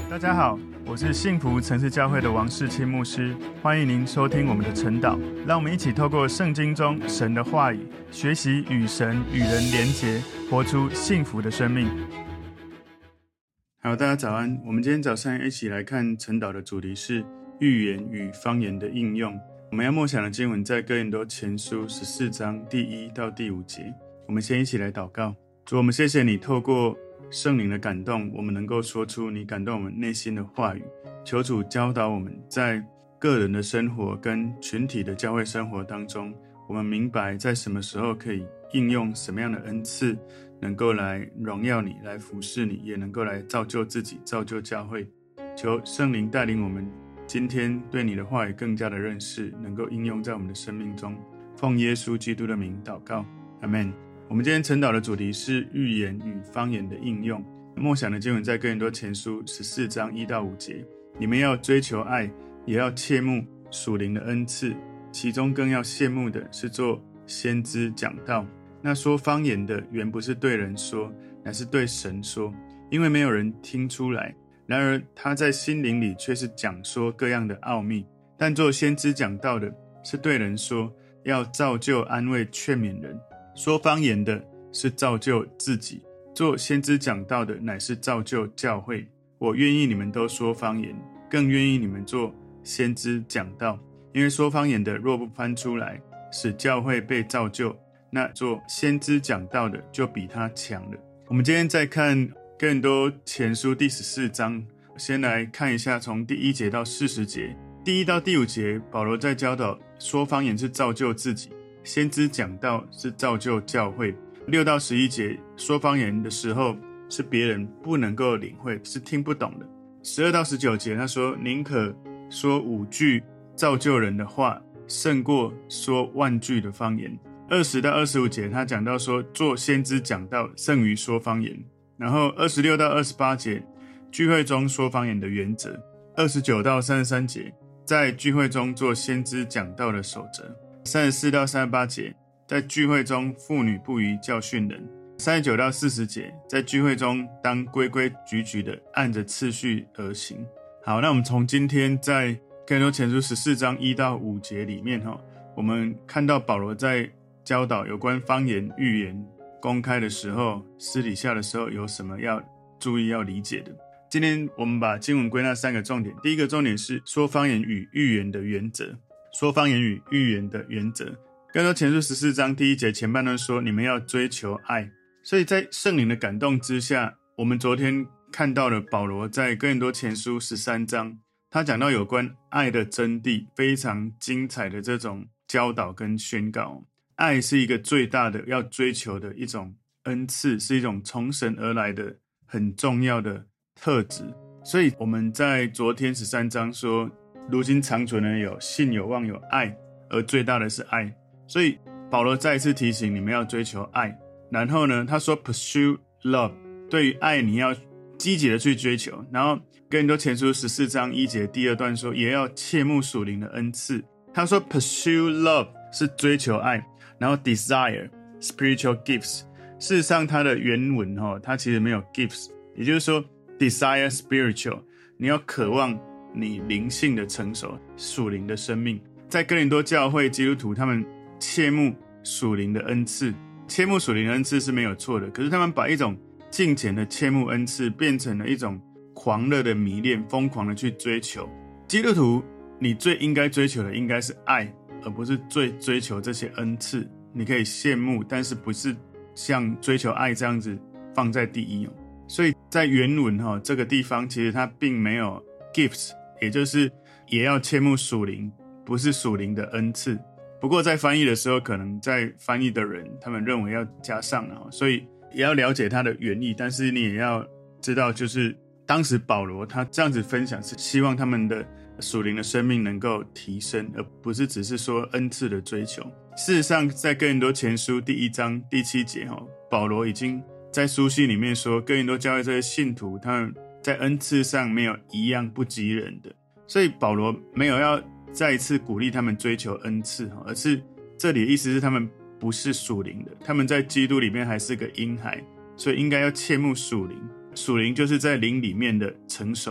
大家好，我是幸福城市教会的王世清牧师，欢迎您收听我们的晨祷。让我们一起透过圣经中神的话语，学习与神与人连结，活出幸福的生命。好，大家早安。我们今天早上一起来看晨祷的主题是预言与方言的应用。我们要默想的经文在哥林多前书14章第1到第5节。我们先一起来祷告。主，我们谢谢你透过圣灵的感动，我们能够说出你感动我们内心的话语。求主教导我们在个人的生活跟群体的教会生活当中，我们明白在什么时候可以应用什么样的恩赐，能够来荣耀你，来服侍你，也能够来造就自己，造就教会。求圣灵带领我们今天对你的话语更加的认识，能够应用在我们的生命中。奉耶稣基督的名祷告，阿们。我们今天晨祷的主题是预言与方言的应用。默想的经文在哥林多前书14章1到5节。你们要追求爱，也要切慕属灵的恩赐，其中更要羡慕的是做先知讲道。那说方言的原不是对人说，乃是对神说，因为没有人听出来。然而他在心灵里却是讲说各样的奥秘。但做先知讲道的是对人说，要造就安慰劝勉人。说方言的是造就自己，做先知讲道的乃是造就教会。我愿意你们都说方言，更愿意你们做先知讲道，因为说方言的若不翻出来，使教会被造就，那做先知讲道的就比他强了。我们今天再看哥林多前书第14章，先来看一下从第1节到40节。第1到第5节，保罗在教导说方言是造就自己，先知讲道是造就教会。6到11节，说方言的时候是别人不能够领会，是听不懂的。12到19节，他说宁可说5句造就人的话，胜过说万句的方言。20到25节，他讲到说做先知讲道胜于说方言。然后26到28节，聚会中说方言的原则。29到33节，在聚会中做先知讲道的守则。34到38节，在聚会中妇女不宜教训人。39到40节，在聚会中当规规矩矩的按着次序而行。好，那我们从今天在哥林多前书14章1到5节里面，我们看到保罗在教导有关方言预言公开的时候，私底下的时候有什么要注意要理解的。今天我们把经文归纳3个重点。第一个重点是说方言与预言的原则。说方言与预言的原则。哥林多前书14章第1节前半段说，你们要追求爱。所以在圣灵的感动之下，我们昨天看到了保罗在哥林多前书13章，他讲到有关爱的真谛，非常精彩的这种教导跟宣告。爱是一个最大的要追求的一种恩赐，是一种从神而来的很重要的特质。所以我们在昨天13章说，如今长存的有信有望有爱，而最大的是爱。所以保罗再一次提醒你们要追求爱。然后呢，他说 pursue love， 对于爱你要积极的去追求。然后哥林多前书14章1节第2段说，也要切慕属灵的恩赐。他说 pursue love 是追求爱，然后 desire spiritual gifts。 事实上它的原文它其实没有 gifts， 也就是说 desire spiritual， 你要渴望你灵性的成熟，属灵的生命。在哥林多教会基督徒，他们切慕属灵的恩赐，切慕属灵的恩赐是没有错的，可是他们把一种敬虔的切慕恩赐变成了一种狂热的迷恋，疯狂的去追求。基督徒，你最应该追求的应该是爱，而不是最追求这些恩赐。你可以羡慕，但是不是像追求爱这样子放在第一。所以在原文这个地方其实它并没有 gifts， 也就是也要切慕属灵，不是属灵的恩赐。不过在翻译的时候，可能在翻译的人他们认为要加上了，所以也要了解它的原意。但是你也要知道，就是当时保罗他这样子分享是希望他们的属灵的生命能够提升，而不是只是说恩赐的追求。事实上在哥林多前书第1章第7节，保罗已经在书信里面说，哥林多教会这些信徒他们在恩赐上没有一样不及人的。所以保罗没有要再一次鼓励他们追求恩赐，而是这里的意思是他们不是属灵的，他们在基督里面还是个婴孩，所以应该要切慕属灵。属灵就是在灵里面的成熟，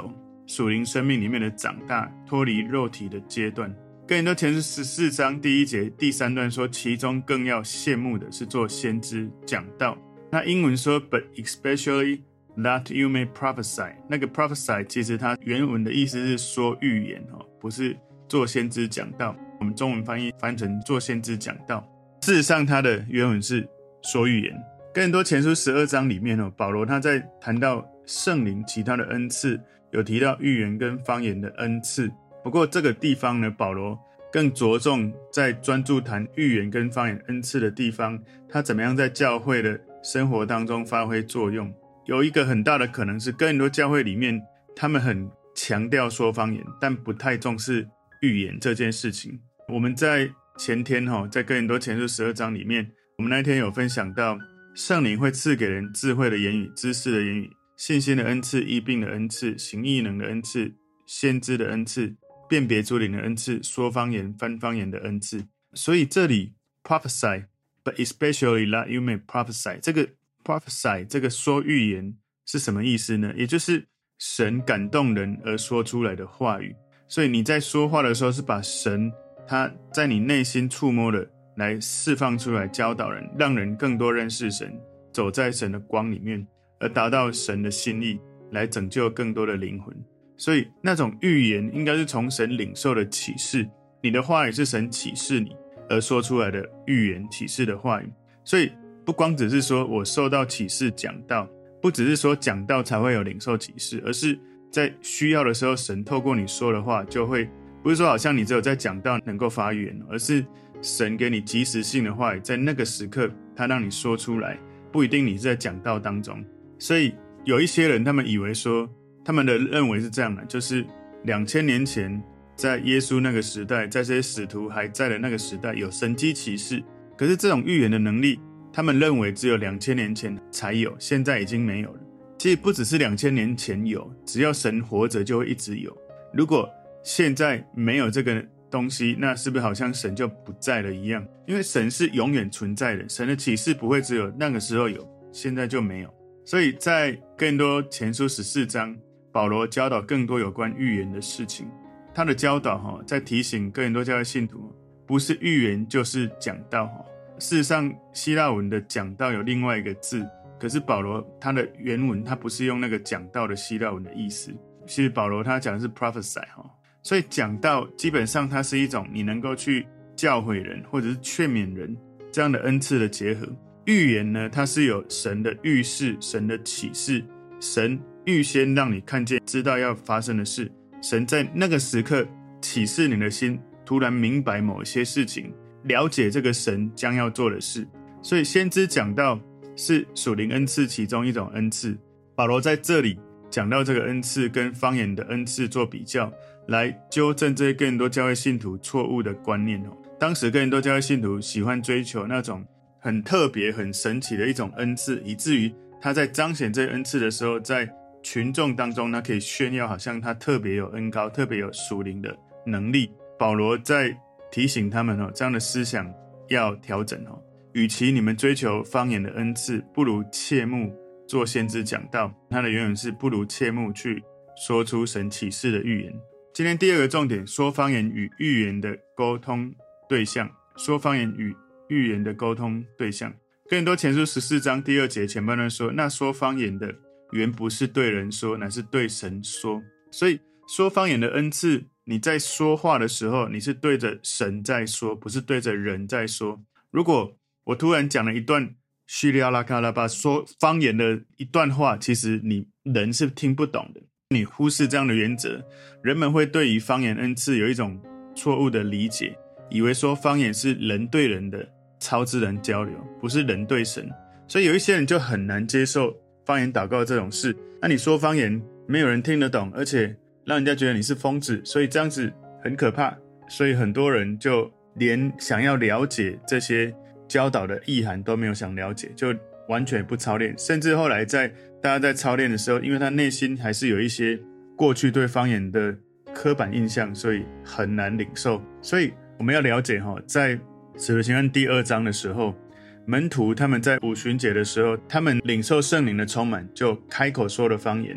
属灵生命里面的长大，脱离肉体的阶段。哥林多前书14章第1节第3段说，其中更要羡慕的是做先知讲道。那英文说 But especially that you may prophesy， 那个 prophesy 其实它原文的意思是说预言，不是做先知讲道，我们中文翻成做先知讲道。事实上它的原文是说预言。哥林多前书12章里面，保罗他在谈到圣灵其他的恩赐，有提到预言跟方言的恩赐。不过这个地方呢，保罗更着重在专注谈预言跟方言恩赐的地方，他怎么样在教会的生活当中发挥作用。有一个很大的可能是哥林多教会里面，他们很强调说方言，但不太重视预言这件事情。我们在前天在哥林多前书12章里面，我们那天有分享到圣灵会赐给人智慧的言语、知识的言语、信心的恩赐、医病的恩赐、行异能的恩赐、先知的恩赐、辨别诸灵的恩赐、说方言、翻方言的恩赐。所以这里 prophesy but especially that you may prophesy， 这个 prophesy 这个说预言是什么意思呢？也就是神感动人而说出来的话语。所以你在说话的时候，是把神他在你内心触摸的来释放出来，教导人，让人更多认识神，走在神的光里面，而达到神的心意，来拯救更多的灵魂。所以那种预言应该是从神领受的启示，你的话语是神启示你而说出来的预言启示的话语。所以不光只是说我受到启示讲道，不只是说讲道才会有领受启示，而是在需要的时候，神透过你说的话就会，不是说好像你只有在讲道能够发预言，而是神给你即时性的话语，在那个时刻他让你说出来，不一定你是在讲道当中。所以有一些人他们以为说，他们的认为是这样的，就是2000年前在耶稣那个时代，在这些使徒还在的那个时代有神迹奇事，可是这种预言的能力他们认为只有2000年前才有，现在已经没有了。其实不只是2000年前有，只要神活着就会一直有。如果现在没有这个东西，那是不是好像神就不在了一样？因为神是永远存在的，神的启示不会只有那个时候有，现在就没有。所以在哥林多前书14章，保罗教导更多有关预言的事情。他的教导在提醒哥林多教会信徒，不是预言就是讲道。事实上希腊文的讲道有另外一个字，可是保罗他的原文他不是用那个讲道的希腊文的意思，其实保罗他讲的是 prophesy。 所以讲道基本上它是一种你能够去教诲人或者是劝勉人这样的恩赐的结合。预言呢，它是有神的预示、神的启示，神预先让你看见知道要发生的事，神在那个时刻启示你的心，突然明白某些事情，了解这个神将要做的事。所以先知讲道是属灵恩赐其中一种恩赐。保罗在这里讲到这个恩赐跟方言的恩赐做比较，来纠正这些哥林多教会信徒错误的观念。当时哥林多教会信徒喜欢追求那种很特别很神奇的一种恩赐，以至于他在彰显这恩赐的时候，在群众当中他可以炫耀好像他特别有恩膏，特别有属灵的能力。保罗在提醒他们这样的思想要调整。与其你们追求方言的恩赐，不如切慕做先知讲道。他的原文是不如切慕去说出神启示的预言。今天第二个重点，说方言与预言的沟通对象。说方言与预言的沟通对象。哥林多前书14章第2节前半段说，那说方言的原不是对人说，乃是对神说。所以说方言的恩赐，你在说话的时候，你是对着神在说，不是对着人在说。如果我突然讲了一段叙利亚拉卡拉巴说方言的一段话，其实你人是听不懂的。你忽视这样的原则，人们会对于方言恩赐有一种错误的理解，以为说方言是人对人的超自然交流，不是人对神。所以有一些人就很难接受方言祷告这种事。那你说方言没有人听得懂，而且让人家觉得你是疯子，所以这样子很可怕。所以很多人就连想要了解这些教导的意涵都没有想了解，就完全不操练。甚至后来大家在操练的时候，因为他内心还是有一些过去对方言的刻板印象，所以很难领受。所以我们要了解在使徒行传第2章的时候，门徒他们在五旬节的时候，他们领受圣灵的充满，就开口说了方言。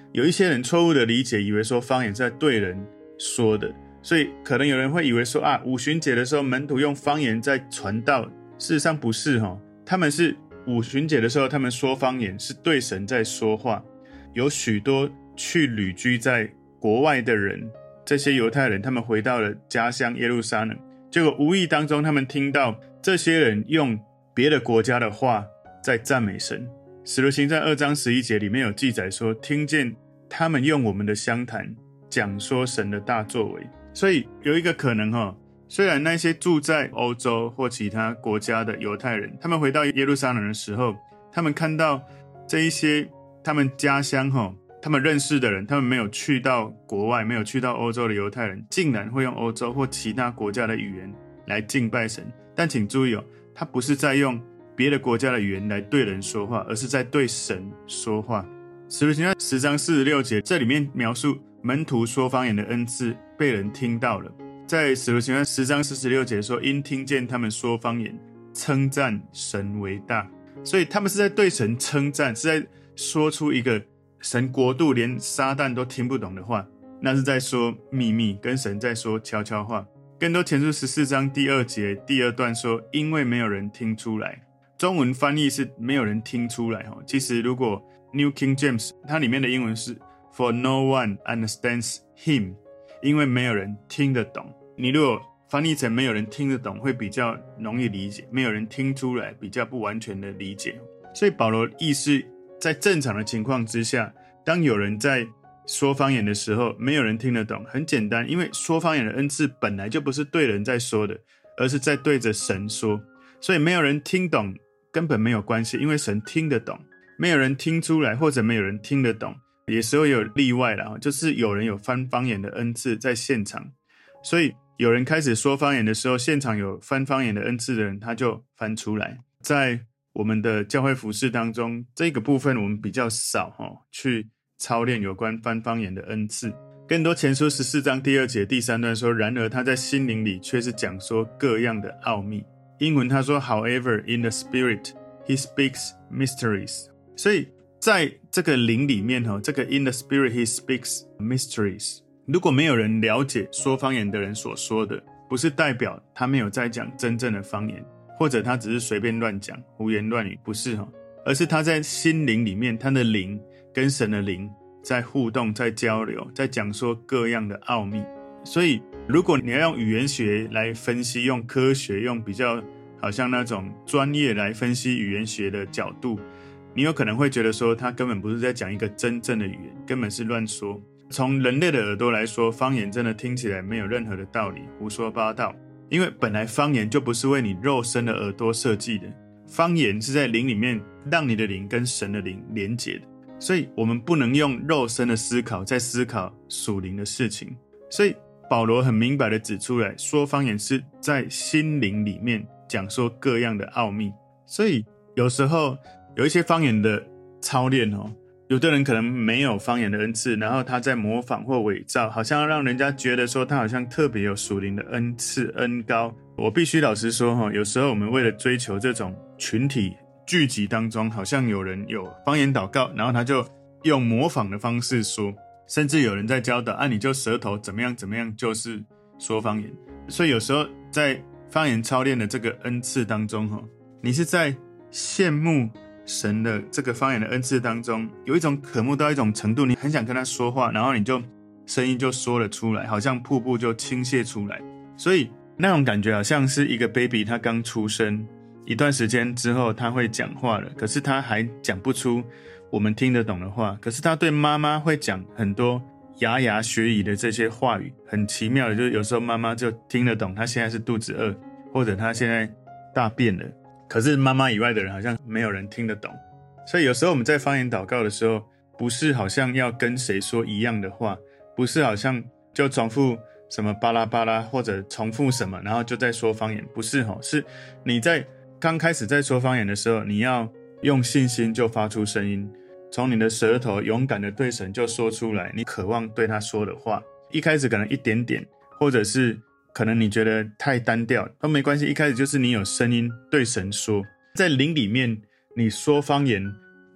有一些人错误的理解，以为说方言是在对人说的，所以可能有人会以为说五旬节的时候门徒用方言在传道，事实上不是他们是五旬节的时候他们说方言是对神在说话。有许多去旅居在国外的人，这些犹太人他们回到了家乡耶路撒冷，结果无意当中他们听到这些人用别的国家的话在赞美神。使徒行传2章11节里面有记载说，听见他们用我们的乡谈讲说神的大作为。所以有一个可能虽然那些住在欧洲或其他国家的犹太人，他们回到耶路撒冷的时候，他们看到这一些他们家乡他们认识的人，他们没有去到国外，没有去到欧洲的犹太人，竟然会用欧洲或其他国家的语言来敬拜神。但请注意他不是在用别的国家的语言来对人说话，而是在对神说话。使徒行传10章46节，这里面描述门徒说方言的恩赐被人听到了。在使徒行传10章46节说，因听见他们说方言，称赞神为大。所以他们是在对神称赞，是在说出一个神国度连撒旦都听不懂的话，那是在说秘密，跟神在说悄悄话。更多前书14章第2节第2段说，因为没有人听出来。中文翻译是没有人听出来其实如果 New King James 它里面的英文是 For no one understands him， 因为没有人听得懂。你如果翻译成没有人听得懂会比较容易理解，没有人听出来比较不完全的理解。所以保罗意思在正常的情况之下，当有人在说方言的时候没有人听得懂，很简单，因为说方言的恩赐本来就不是对人在说的，而是在对着神说，所以没有人听懂根本没有关系，因为神听得懂。没有人听出来或者没有人听得懂，有时候有例外啦，就是有人有翻方言的恩赐在现场，所以有人开始说方言的时候，现场有翻方言的恩赐的人他就翻出来。在我们的教会服事当中，这个部分我们比较少去操练有关翻方言的恩赐。更多前书14章第2节第3段说，然而他在心灵里却是讲说各样的奥秘。英文他说 However in the spirit he speaks mysteries。 所以在这个灵里面这个 in the spirit he speaks mysteries， 如果没有人了解说方言的人所说的，不是代表他没有在讲真正的方言，或者他只是随便乱讲胡言乱语，不是而是他在心灵里面，他的灵跟神的灵在互动，在交流，在讲说各样的奥秘。所以如果你要用语言学来分析，用科学，用比较好像那种专业来分析语言学的角度，你有可能会觉得说他根本不是在讲一个真正的语言，根本是乱说。从人类的耳朵来说，方言真的听起来没有任何的道理，胡说八道。因为本来方言就不是为你肉身的耳朵设计的，方言是在灵里面让你的灵跟神的灵连结的，所以我们不能用肉身的思考在思考属灵的事情。所以保罗很明白的指出来，说方言是在心灵里面讲说各样的奥秘。所以有时候有一些方言的操练有的人可能没有方言的恩赐，然后他在模仿或伪造，好像让人家觉得说他好像特别有属灵的恩赐恩膏。我必须老实说有时候我们为了追求这种群体聚集当中，好像有人有方言祷告，然后他就用模仿的方式说，甚至有人在教导你就舌头怎么样怎么样就是说方言。所以有时候在方言操练的这个恩赐当中你是在羡慕神的这个方言的恩赐当中，有一种渴慕到一种程度，你很想跟他说话，然后你就声音就说了出来，好像瀑布就倾泻出来。所以那种感觉好像是一个 baby 他刚出生一段时间之后他会讲话了，可是他还讲不出我们听得懂的话，可是他对妈妈会讲很多牙牙学语的这些话语。很奇妙的就是有时候妈妈就听得懂他现在是肚子饿，或者他现在大便了，可是妈妈以外的人好像没有人听得懂。所以有时候我们在方言祷告的时候，不是好像要跟谁说一样的话，不是好像就重复什么巴拉巴拉，或者重复什么然后就在说方言，不是是你在刚开始在说方言的时候，你要用信心就发出声音，从你的舌头勇敢的对神就说出来你渴望对他说的话。一开始可能一点点，或者是可能你觉得太单调都没关系，一开始就是你有声音对神说。在灵里面你说方言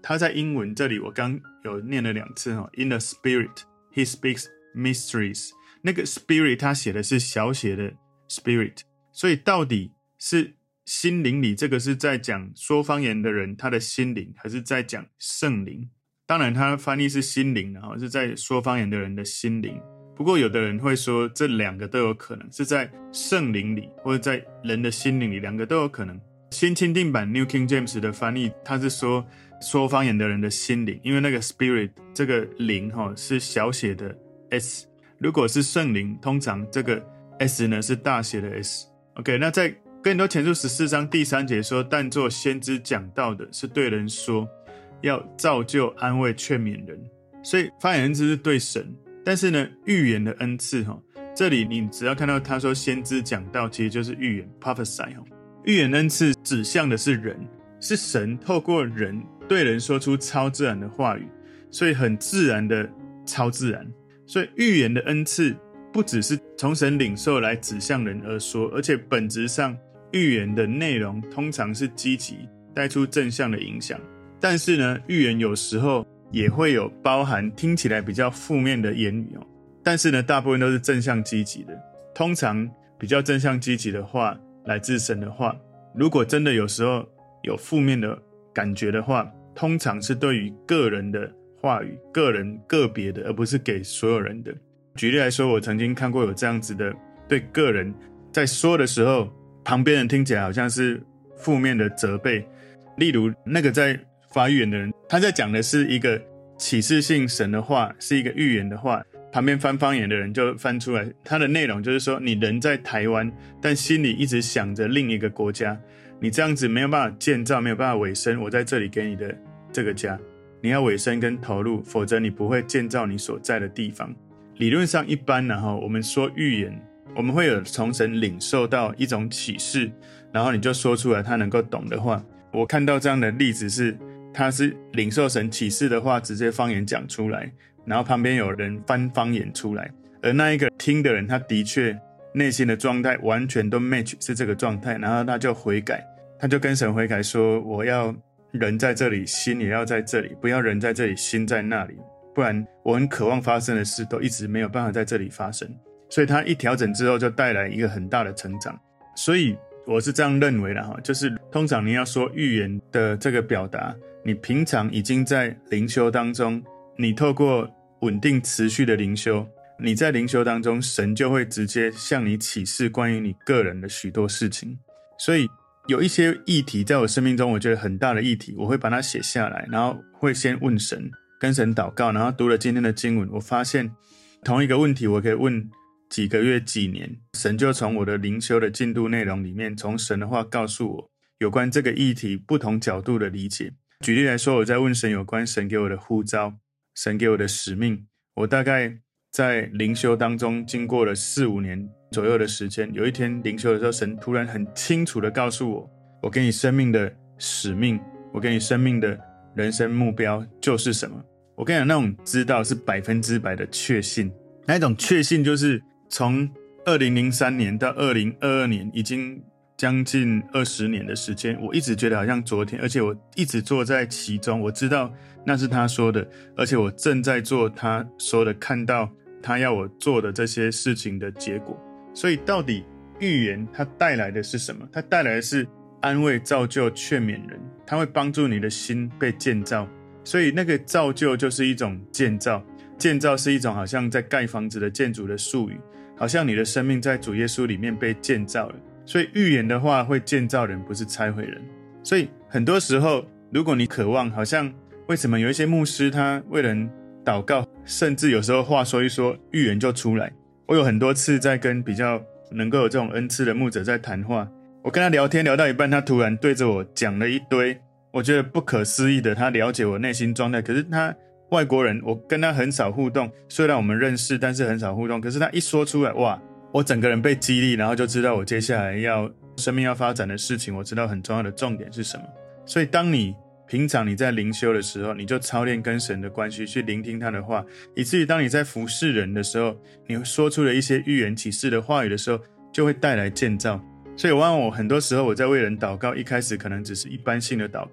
他在英文这里我刚有念了2次，in the spirit he speaks mysteries， 那个 spirit 他写的是小写的 spirit， 所以到底是心灵里，这个是在讲说方言的人他的心灵，还是在讲圣灵？当然他翻译是心灵，是在说方言的人的心灵，不过有的人会说这2个都有可能，是在圣灵里或者在人的心灵里，2个都有可能。新钦定版 New King James 的翻译，他是说方言的人的心灵，因为那个 spirit 这个灵是小写的 s， 如果是圣灵，通常这个 s 呢是大写的 s。 OK， 那在哥林多前书14章第3节说，但做先知讲道的是对人说，要造就安慰劝勉人。所以发言恩赐是对神，但是呢预言的恩赐这里你只要看到他说先知讲道，其实就是预言 prophesy。 预言恩赐指向的是人，是神透过人对人说出超自然的话语，所以很自然的超自然。所以预言的恩赐不只是从神领受来指向人而说，而且本质上预言的内容通常是积极，带出正向的影响。但是呢，预言有时候也会有包含听起来比较负面的言语但是呢，大部分都是正向积极的。通常比较正向积极的话，来自神的话。如果真的有时候有负面的感觉的话，通常是对于个人的话语，个人个别的，而不是给所有人的。举例来说，我曾经看过有这样子的对个人在说的时候，旁边人听起来好像是负面的责备。例如那个在发预言的人，他在讲的是一个启示性神的话，是一个预言的话，旁边翻方言的人就翻出来，他的内容就是说，你人在台湾，但心里一直想着另一个国家，你这样子没有办法建造，没有办法委身我在这里给你的这个家，你要委身跟投入，否则你不会建造你所在的地方。理论上一般我们说预言，我们会有从神领受到一种启示，然后你就说出来他能够懂的话。我看到这样的例子是，他是领受神启示的话，直接方言讲出来，然后旁边有人翻方言出来，而那一个听的人，他的确内心的状态完全都 match 是这个状态，然后他就悔改，他就跟神悔改说，我要人在这里，心也要在这里，不要人在这里，心在那里，不然我很渴望发生的事都一直没有办法在这里发生。所以他一调整之后就带来一个很大的成长。所以我是这样认为的，就是通常你要说预言的这个表达，你平常已经在灵修当中，你透过稳定持续的灵修，你在灵修当中，神就会直接向你启示关于你个人的许多事情。所以有一些议题在我生命中我觉得很大的议题，我会把它写下来，然后会先问神，跟神祷告，然后读了今天的经文，我发现同一个问题我可以问几个月几年，神就从我的灵修的进度内容里面，从神的话告诉我有关这个议题不同角度的理解。举例来说，我在问神有关神给我的呼召，神给我的使命，我大概在灵修当中经过了4-5年左右的时间，有一天灵修的时候，神突然很清楚的告诉我，我给你生命的使命，我给你生命的人生目标就是什么。我跟你讲，那种知道是100%的确信，那一种确信就是从2003年到2022年，已经将近20年的时间，我一直觉得好像昨天，而且我一直坐在其中，我知道那是他说的，而且我正在做他说的，看到他要我做的这些事情的结果。所以到底预言它带来的是什么？它带来的是安慰、造就、劝勉人，它会帮助你的心被建造。所以那个造就就是一种建造，建造是一种好像在盖房子的建筑的术语，好像你的生命在主耶稣里面被建造了。所以预言的话会建造人，不是拆毁人。所以很多时候如果你渴望，好像为什么有一些牧师他为人祷告，甚至有时候话说一说预言就出来。我有很多次在跟比较能够有这种恩赐的牧者在谈话，我跟他聊天聊到一半，他突然对着我讲了一堆我觉得不可思议的，他了解我内心状态。可是他外国人，我跟他很少互动，虽然我们认识，但是很少互动。可是他一说出来，哇，我整个人被激励，然后就知道我接下来要生命要发展的事情，我知道很重要的重点是什么。所以当你平常你在灵修的时候，你就操练跟神的关系，去聆听他的话，以至于当你在服侍人的时候，你说出了一些预言启示的话语的时候，就会带来建造。所以我很多时候我在为人祷告，一开始可能只是一般性的祷告，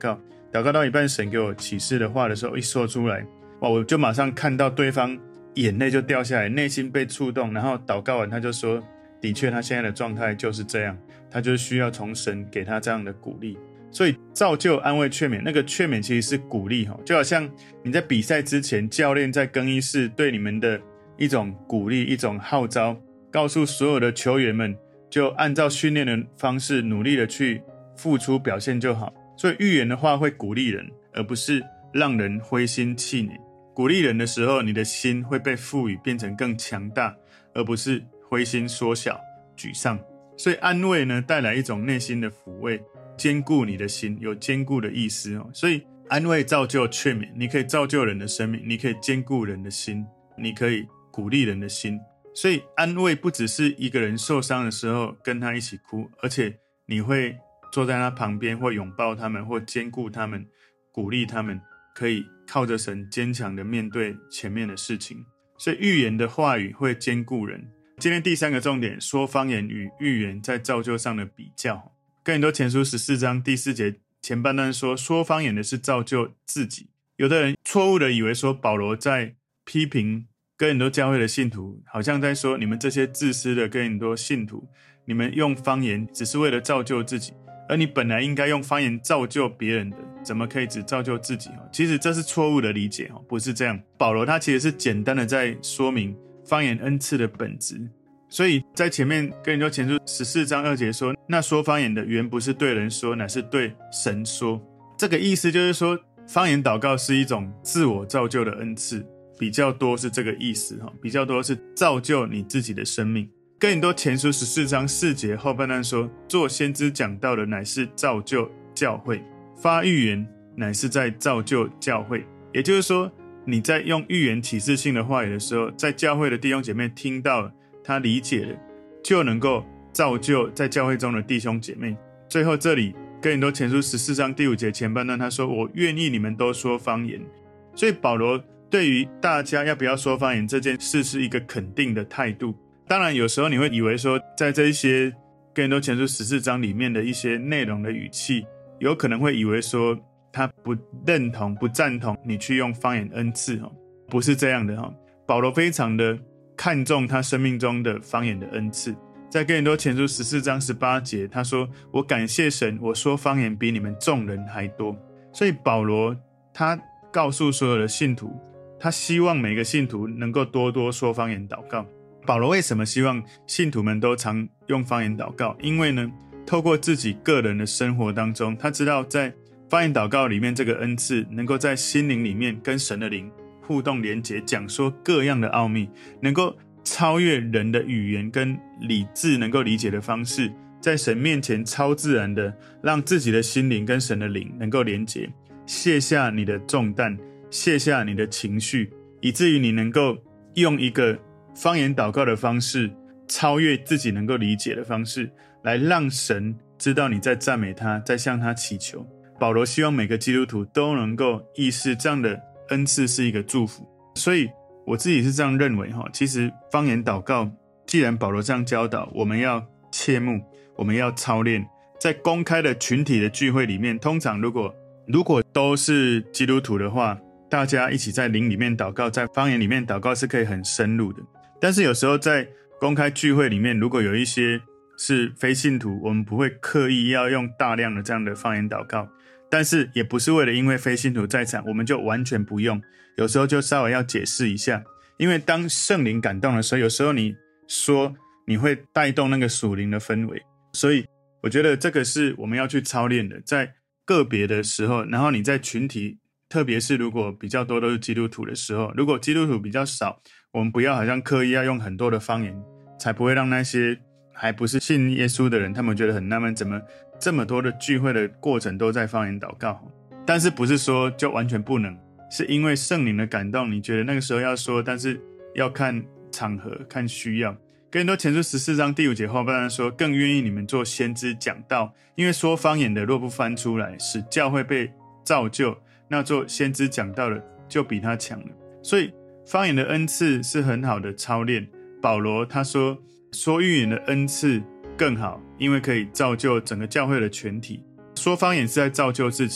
祷告到一半，神给我启示的话的时候，一说出来，哇，我就马上看到对方眼泪就掉下来，内心被触动，然后祷告完他就说，的确他现在的状态就是这样，他就需要从神给他这样的鼓励。所以造就、安慰、劝勉，那个劝勉其实是鼓励，就好像你在比赛之前，教练在更衣室对你们的一种鼓励，一种号召，告诉所有的球员们，就按照训练的方式努力的去付出表现就好。所以预言的话会鼓励人，而不是让人灰心气馁。鼓励人的时候，你的心会被赋予变成更强大，而不是灰心缩小沮丧。所以安慰呢，带来一种内心的抚慰，坚固你的心，有坚固的意思。所以安慰、造就、劝勉，你可以造就人的生命，你可以坚固人的心，你可以鼓励人的心。所以安慰不只是一个人受伤的时候跟他一起哭，而且你会坐在他旁边，或拥抱他们，或坚固他们，鼓励他们，可以靠着神坚强的面对前面的事情。所以预言的话语会坚固人。今天第三个重点，说方言与预言在造就上的比较。哥林多前书14章第4节前半段说，说方言的是造就自己。有的人错误的以为说，保罗在批评哥林多教会的信徒，好像在说，你们这些自私的哥林多信徒，你们用方言只是为了造就自己，而你本来应该用方言造就别人的，怎么可以只造就自己？其实这是错误的理解，不是这样。保罗他其实是简单的在说明方言恩赐的本质。所以在前面哥林多前书14章2节说，那说方言的原不是对人说，乃是对神说。这个意思就是说，方言祷告是一种自我造就的恩赐，比较多是这个意思，比较多是造就你自己的生命。哥林多前书14章4节后半段说，做先知讲道的乃是造就教会，发预言乃是在造就教会。也就是说，你在用预言启示性的话语的时候，在教会的弟兄姐妹听到了，他理解了，就能够造就在教会中的弟兄姐妹。最后这里哥林多前书14章第5节前半段他说，我愿意你们都说方言。所以保罗对于大家要不要说方言这件事是一个肯定的态度。当然有时候你会以为说，在这一些哥林多前书14章里面的一些内容的语气，有可能会以为说他不认同不赞同你去用方言恩赐，不是这样的。保罗非常的看重他生命中的方言的恩赐。在哥林多前书14章18节他说，我感谢神，我说方言比你们众人还多。所以保罗他告诉所有的信徒，他希望每个信徒能够多多说方言祷告。保罗为什么希望信徒们都常用方言祷告？因为呢，透过自己个人的生活当中，他知道在方言祷告里面，这个恩赐能够在心灵里面跟神的灵互动连结，讲说各样的奥秘，能够超越人的语言跟理智能够理解的方式，在神面前超自然的让自己的心灵跟神的灵能够连结，卸下你的重担，卸下你的情绪，以至于你能够用一个方言祷告的方式，超越自己能够理解的方式，来让神知道你在赞美他，在向他祈求。保罗希望每个基督徒都能够意识这样的恩赐是一个祝福。所以我自己是这样认为，其实方言祷告既然保罗这样教导，我们要切慕，我们要操练。在公开的群体的聚会里面，通常如果都是基督徒的话，大家一起在灵里面祷告，在方言里面祷告是可以很深入的。但是有时候在公开聚会里面，如果有一些是非信徒，我们不会刻意要用大量的这样的方言祷告，但是也不是为了因为非信徒在场我们就完全不用，有时候就稍微要解释一下。因为当圣灵感动的时候，有时候你说你会带动那个属灵的氛围，所以我觉得这个是我们要去操练的。在个别的时候，然后你在群体，特别是如果比较多都是基督徒的时候，如果基督徒比较少，我们不要好像刻意要用很多的方言，才不会让那些还不是信耶稣的人，他们觉得很纳闷，怎么这么多的聚会的过程都在方言祷告。但是不是说就完全不能，是因为圣灵的感动，你觉得那个时候要说，但是要看场合看需要。哥林多前书14章第5节后半段说，更愿意你们做先知讲道，因为说方言的若不翻出来，使教会被造就，那做先知讲道的就比他强了。所以方言的恩赐是很好的操练。保罗他说预言的恩赐更好，因为可以造就整个教会的全体。说方言是在造就自己，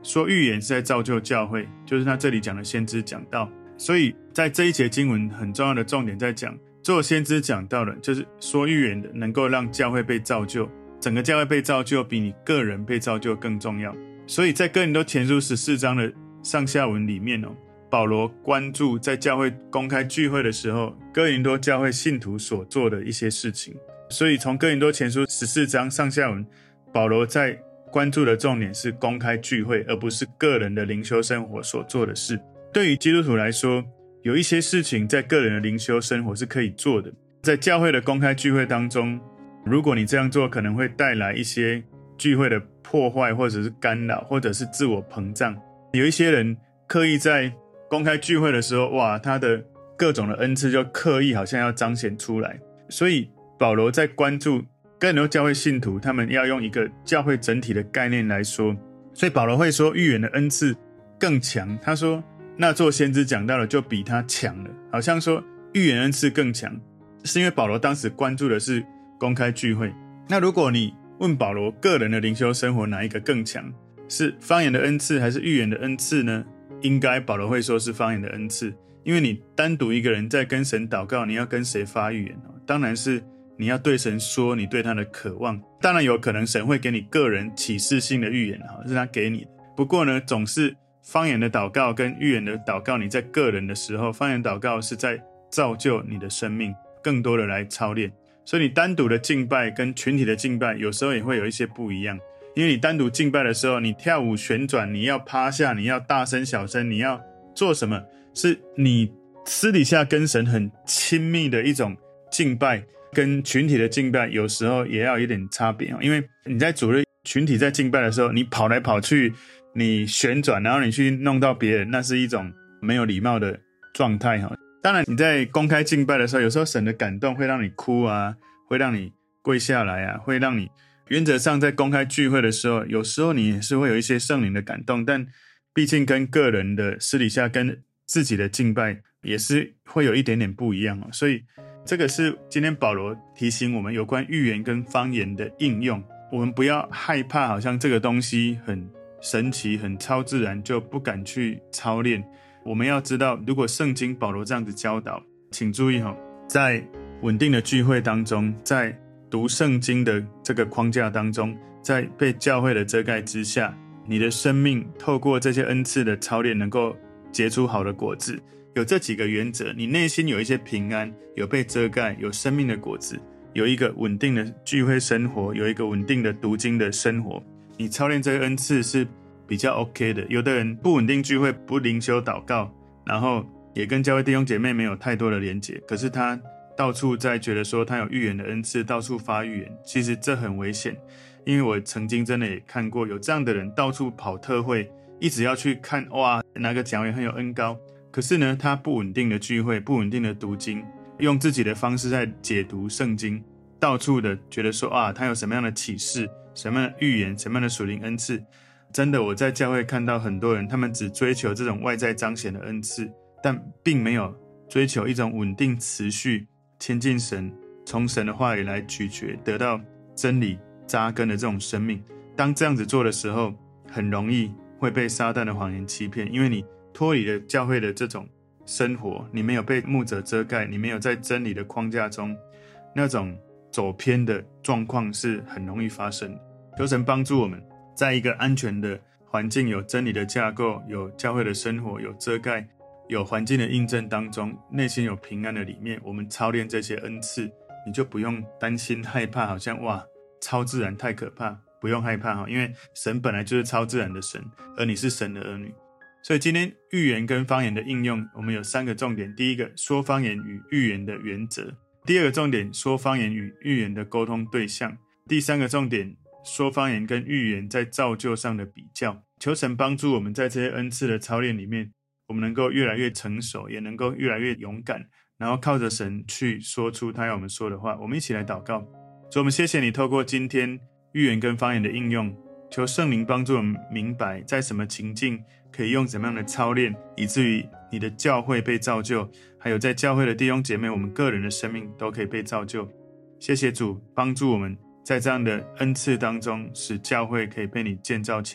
说预言是在造就教会，就是他这里讲的先知讲道。所以在这一节经文很重要的重点在讲，做先知讲道的，就是说预言的，能够让教会被造就，整个教会被造就比你个人被造就更重要。所以在哥林多前书14章的上下文里面保罗关注在教会公开聚会的时候，哥林多教会信徒所做的一些事情。所以从哥林多前书14章上下文，保罗在关注的重点是公开聚会，而不是个人的灵修生活所做的事。对于基督徒来说，有一些事情在个人的灵修生活是可以做的。在教会的公开聚会当中，如果你这样做，可能会带来一些聚会的破坏，或者是干扰，或者是自我膨胀。有一些人刻意在公开聚会的时候，他的各种的恩赐就刻意好像要彰显出来。所以保罗在关注哥林多教会信徒，他们要用一个教会整体的概念来说，所以保罗会说预言的恩赐更强。他说那做先知讲道的就比他强了，好像说预言恩赐更强，是因为保罗当时关注的是公开聚会。那如果你问保罗个人的灵修生活哪一个更强，是方言的恩赐还是预言的恩赐呢？应该保罗会说是方言的恩赐，因为你单独一个人在跟神祷告，你要跟谁发预言？当然是你要对神说你对他的渴望。当然有可能神会给你个人启示性的预言，是他给你的。不过呢，总是方言的祷告跟预言的祷告，你在个人的时候，方言祷告是在造就你的生命，更多的来操练。所以你单独的敬拜跟群体的敬拜有时候也会有一些不一样。因为你单独敬拜的时候，你跳舞旋转，你要趴下，你要大声小声，你要做什么，是你私底下跟神很亲密的一种敬拜，跟群体的敬拜有时候也要有一点差别。因为你在主日群体在敬拜的时候，你跑来跑去，你旋转，然后你去弄到别人，那是一种没有礼貌的状态。当然你在公开敬拜的时候，有时候神的感动会让你哭啊，会让你跪下来啊，会让你原则上在公开聚会的时候，有时候你也是会有一些圣灵的感动，但毕竟跟个人的私底下跟自己的敬拜也是会有一点点不一样。所以这个是今天保罗提醒我们有关预言跟方言的应用。我们不要害怕好像这个东西很神奇很超自然就不敢去操练。我们要知道，如果圣经保罗这样子教导，请注意在稳定的聚会当中，在读圣经的这个框架当中，在被教会的遮盖之下，你的生命透过这些恩赐的操练能够结出好的果子。有这几个原则，你内心有一些平安，有被遮盖，有生命的果子，有一个稳定的聚会生活，有一个稳定的读经的生活，你操练这个恩赐是比较 OK 的。有的人不稳定聚会，不灵修祷告，然后也跟教会弟兄姐妹没有太多的连结，可是他到处在觉得说他有预言的恩赐，到处发预言，其实这很危险。因为我曾经真的也看过有这样的人到处跑特会，一直要去看哪个讲员很有恩膏，可是呢他不稳定的聚会，不稳定的读经，用自己的方式在解读圣经，到处的觉得说他有什么样的启示，什么样的预言，什么样的属灵恩赐。真的我在教会看到很多人，他们只追求这种外在彰显的恩赐，但并没有追求一种稳定持续亲近神，从神的话语来咀嚼，得到真理扎根的这种生命。当这样子做的时候，很容易会被撒旦的谎言欺骗，因为你脱离了教会的这种生活，你没有被牧者遮盖，你没有在真理的框架中，那种走偏的状况是很容易发生的。求神帮助我们在一个安全的环境，有真理的架构，有教会的生活，有遮盖，有环境的印证当中，内心有平安的里面，我们操练这些恩赐，你就不用担心害怕，好像超自然太可怕，不用害怕，因为神本来就是超自然的神，而你是神的儿女。所以今天预言跟方言的应用，我们有3个重点。第一个，说方言与预言的原则；第二个重点，说方言与预言的沟通对象；第3个重点，说方言跟预言在造就上的比较。求神帮助我们在这些恩赐的操练里面，我们能够越来越成熟，也能够越来越勇敢，然后靠着神去说出他要我们说的话。我们一起来祷告。主，我们谢谢你透过今天预言跟方言的应用，求圣灵帮助我们明白在什么情境可以用怎么样的操练，以至于你的教会被造就，还有在教会的弟兄姐妹，我们个人的生命都可以被造就。谢谢主帮助我们在这样的恩赐当中，使教会可以被你建造起来。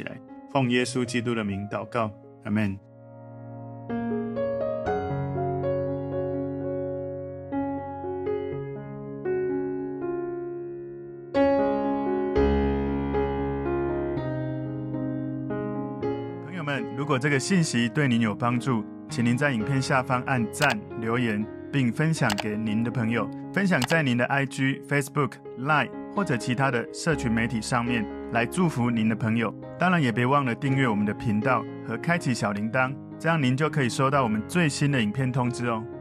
奉耶稣基督的名祷告，阿们。朋友们，如果这个信息对您有帮助，请您在影片下方按赞、留言，并分享给您的朋友，分享在您的 IG、Facebook、Line 或者其他的社群媒体上面，来祝福您的朋友。当然也别忘了订阅我们的频道和开启小铃铛，这样您就可以收到我们最新的影片通知哦。